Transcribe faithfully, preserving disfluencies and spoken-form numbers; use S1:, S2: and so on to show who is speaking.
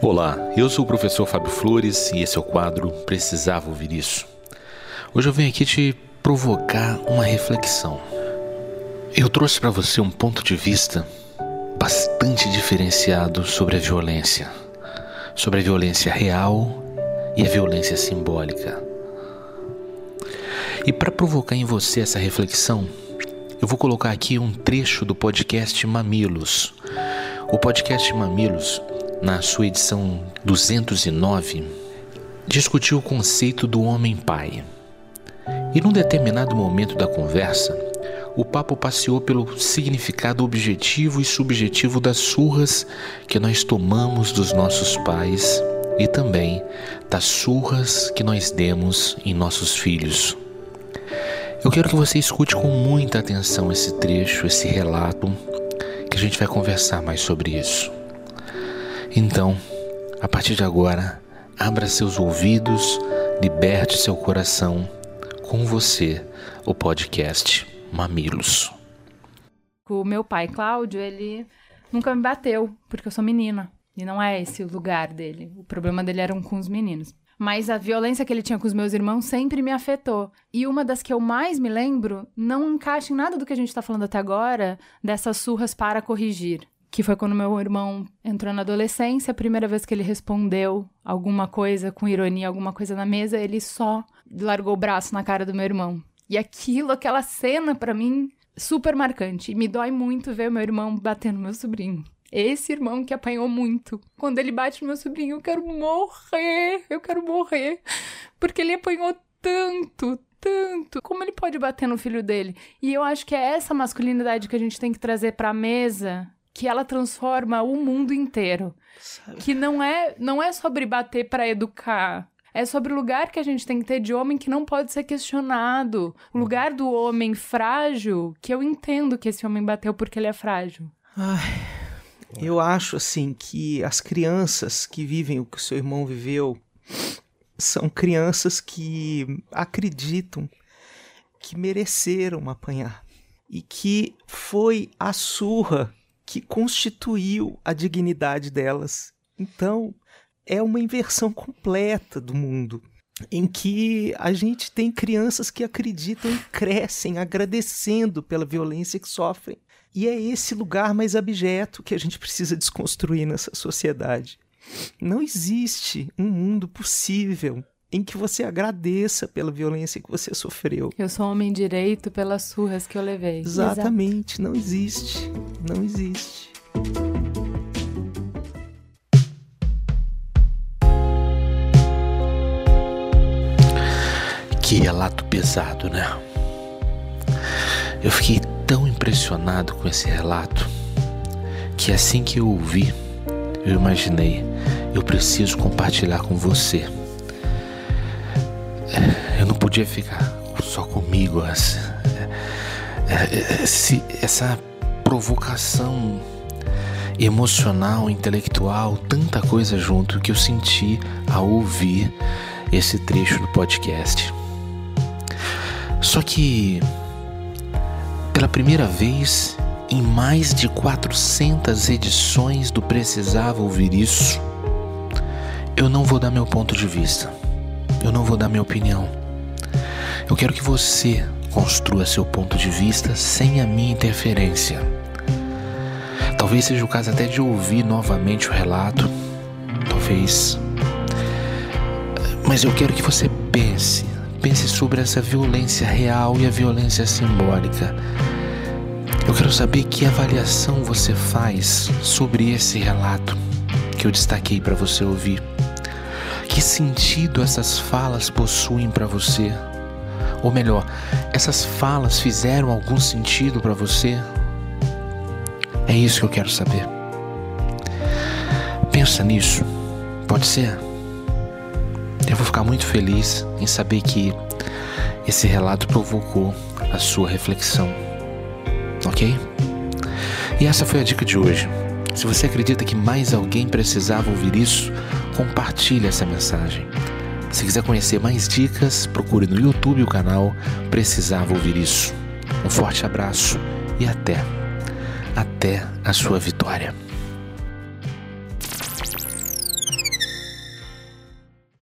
S1: Olá, eu sou o professor Fábio Flores e esse é o quadro Precisava Ouvir Isso. Hoje eu venho aqui te provocar uma reflexão. Eu trouxe para você um ponto de vista bastante diferenciado sobre a violência, sobre a violência real e a violência simbólica. E para provocar em você essa reflexão, eu vou colocar aqui um trecho do podcast Mamilos. O podcast Mamilos, na sua edição duzentos e nove, discutiu o conceito do homem-pai. E num determinado momento da conversa, o papo passeou pelo significado objetivo e subjetivo das surras que nós tomamos dos nossos pais e também das surras que nós demos em nossos filhos. Eu quero que você escute com muita atenção esse trecho, esse relato, que a gente vai conversar mais sobre isso. Então, a partir de agora, abra seus ouvidos, liberte seu coração. Com você, o podcast Mamilos.
S2: O meu pai, Cláudio, ele nunca me bateu, porque eu sou menina. E não é esse o lugar dele. O problema dele eram com os meninos. Mas a violência que ele tinha com os meus irmãos sempre me afetou. E uma das que eu mais me lembro não encaixa em nada do que a gente está falando até agora, dessas surras para corrigir. Que foi quando meu irmão entrou na adolescência, a primeira vez que ele respondeu alguma coisa com ironia, alguma coisa na mesa, ele só largou o braço na cara do meu irmão. E aquilo, aquela cena, pra mim, super marcante. E me dói muito ver o meu irmão bater no meu sobrinho. Esse irmão que apanhou muito. Quando ele bate no meu sobrinho, eu quero morrer, eu quero morrer. Porque ele apanhou tanto, tanto. Como ele pode bater no filho dele? E eu acho que é essa masculinidade que a gente tem que trazer pra mesa, que ela transforma o mundo inteiro. Sabe? Que não é, não é sobre bater pra educar. É sobre o lugar que a gente tem que ter de homem que não pode ser questionado. O lugar do homem frágil, que eu entendo que esse homem bateu porque ele é frágil.
S3: Ai, eu acho, assim, que as crianças que vivem o que o seu irmão viveu são crianças que acreditam que mereceram apanhar. E que foi a surra que constituiu a dignidade delas. Então, é uma inversão completa do mundo, em que a gente tem crianças que acreditam e crescem agradecendo pela violência que sofrem. E é esse lugar mais abjeto que a gente precisa desconstruir nessa sociedade. Não existe um mundo possível em que você agradeça pela violência que você sofreu.
S2: Eu sou homem direito pelas surras que eu levei.
S3: Exatamente, Exato. não existe, não existe.
S1: Que relato pesado, né? Eu fiquei tão impressionado com esse relato que assim que eu ouvi, eu imaginei, eu preciso compartilhar com você. Eu não podia ficar só comigo. Essa, essa provocação emocional, intelectual, tanta coisa junto que eu senti ao ouvir esse trecho do podcast. Só que, pela primeira vez, em mais de quatrocentas edições do Precisava Ouvir Isso, eu não vou dar meu ponto de vista. Eu não vou dar minha opinião. Eu quero que você construa seu ponto de vista sem a minha interferência. Talvez seja o caso até de ouvir novamente o relato. Talvez. Mas eu quero que você pense. Pense sobre essa violência real e a violência simbólica. Eu quero saber que avaliação você faz sobre esse relato que eu destaquei para você ouvir. Que sentido essas falas possuem para você? Ou melhor, essas falas fizeram algum sentido para você? É isso que eu quero saber. Pensa nisso. Pode ser? Eu vou ficar muito feliz em saber que esse relato provocou a sua reflexão. Ok? E essa foi a dica de hoje. Se você acredita que mais alguém precisava ouvir isso, compartilhe essa mensagem. Se quiser conhecer mais dicas, procure no YouTube o canal Precisava Ouvir Isso. Um forte abraço e até, até a sua vitória.